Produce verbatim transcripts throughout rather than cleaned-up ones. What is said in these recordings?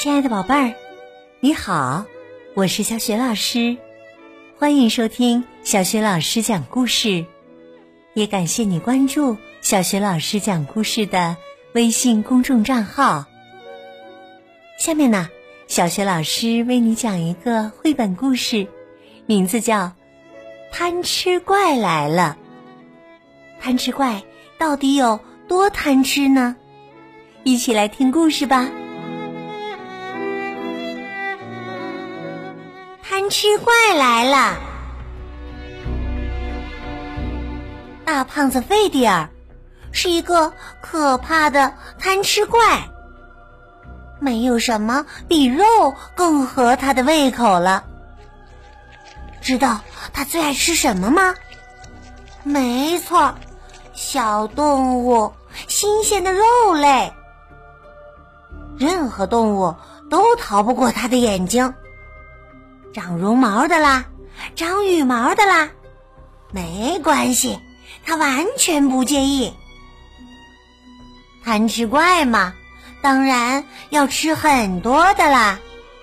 亲爱的宝贝儿，你好，我是小雪老师，欢迎收听小雪老师讲故事，也感谢你关注小雪老师讲故事的微信公众账号。下面呢，小雪老师为你讲一个绘本故事，名字叫《贪吃怪来了》。贪吃怪到底有多贪吃呢？一起来听故事吧。贪吃怪来了。大胖子费迪尔是一个可怕的贪吃怪，没有什么比肉更合他的胃口了。知道他最爱吃什么吗？没错，小动物，新鲜的肉类。任何动物都逃不过他的眼睛，长绒毛的啦，长羽毛的啦，没关系，他完全不介意。贪吃怪嘛，当然要吃很多的啦。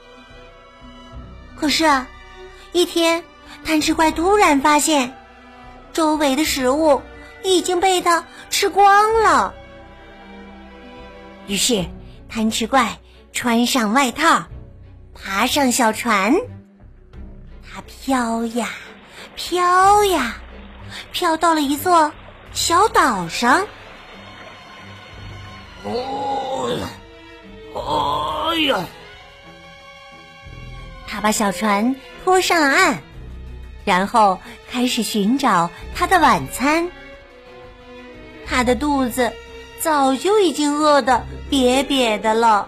可是啊，一天，贪吃怪突然发现，周围的食物已经被他吃光了。于是，贪吃怪穿上外套，爬上小船。它飘呀飘呀，飘到了一座小岛上。 哦呀，哦呀！ 他把小船拖上岸，然后开始寻找他的晚餐。他的肚子早就已经饿得瘪瘪的了。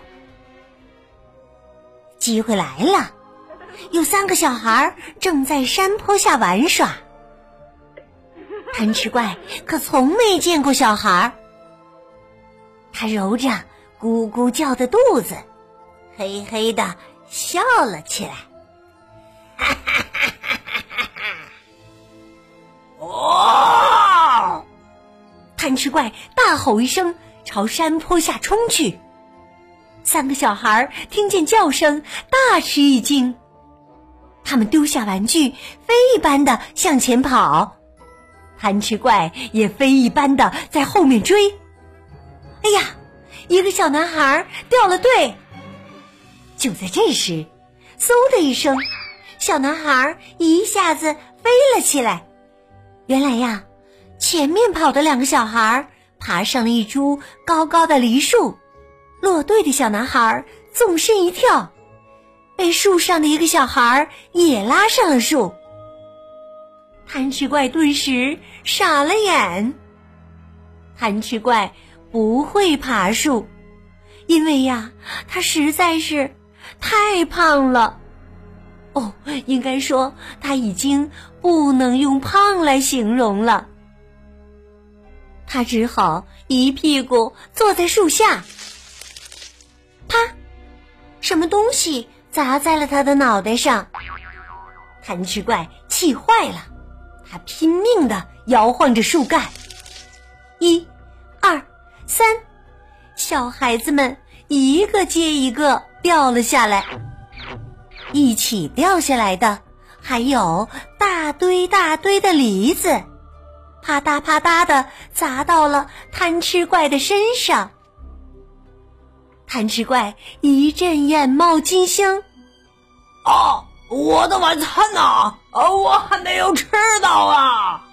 机会来了，有三个小孩正在山坡下玩耍。贪吃怪可从没见过小孩，他揉着咕咕叫的肚子，嘿嘿地笑了起来。哈哈哈哈哈！ 哦！ 贪吃怪大吼一声，朝山坡下冲去。三个小孩听见叫声，大吃一惊。他们丢下玩具，飞一般的向前跑，贪吃怪也飞一般的在后面追。哎呀，一个小男孩掉了队。就在这时，嗖的一声，小男孩一下子飞了起来。原来呀，前面跑的两个小孩爬上了一株高高的梨树，落队的小男孩纵身一跳，被树上的一个小孩也拉上了树。贪吃怪顿时傻了眼。贪吃怪不会爬树，因为呀，他实在是太胖了。哦，应该说他已经不能用胖来形容了。他只好一屁股坐在树下。啪！什么东西砸在了他的脑袋上。贪吃怪气坏了，他拼命地摇晃着树干。一、二、三，小孩子们一个接一个掉了下来。一起掉下来的还有大堆大堆的梨子，啪嗒啪嗒地砸到了贪吃怪的身上。贪吃怪一阵眼冒金星。 啊，我的晚餐呢？啊，我还没有吃到啊！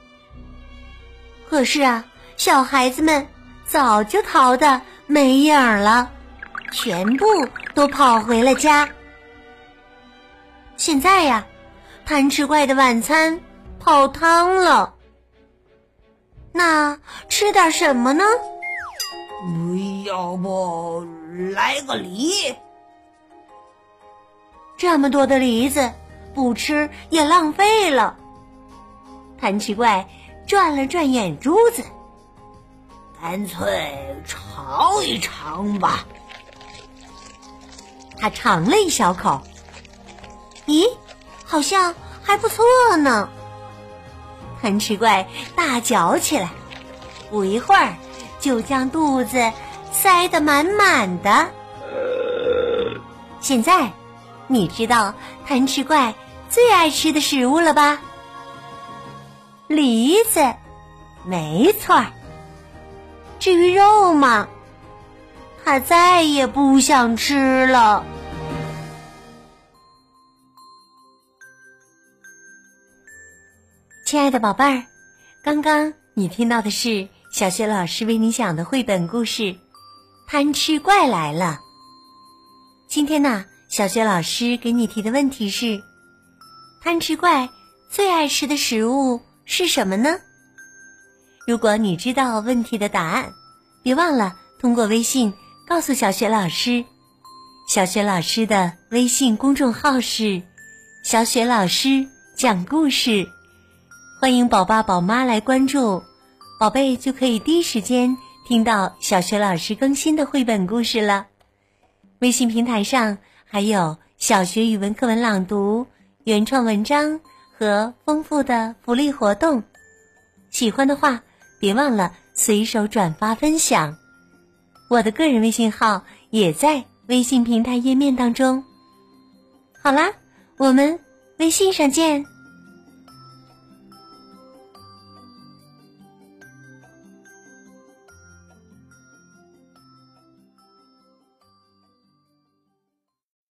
可是啊，小孩子们早就逃得没影儿了，全部都跑回了家。现在呀，贪吃怪的晚餐泡汤了。那吃点什么呢？ 要不来个梨？ 这么多的梨子，不吃也浪费了。贪吃怪转了转眼珠子， 干脆尝一尝吧。 他尝了一小口，咦，好像还不错呢。贪吃怪大嚼起来，不一会儿就将肚子塞得满满的。 现在你知道贪吃怪最爱吃的食物了吧？梨子，没错儿。至于肉嘛，他再也不想吃了。亲爱的宝贝儿，刚刚你听到的是小学老师为你讲的绘本故事《贪吃怪来了》。今天呢，小学老师给你提的问题是：贪吃怪最爱吃的食物是什么呢？如果你知道问题的答案，别忘了通过微信告诉小学老师。小学老师的微信公众号是小雪老师讲故事，欢迎宝爸宝妈来关注，宝贝就可以第一时间听到小学老师更新的绘本故事了。微信平台上还有小学语文课文朗读、原创文章和丰富的福利活动，喜欢的话别忘了随手转发分享。我的个人微信号也在微信平台页面当中。好啦，我们微信上见。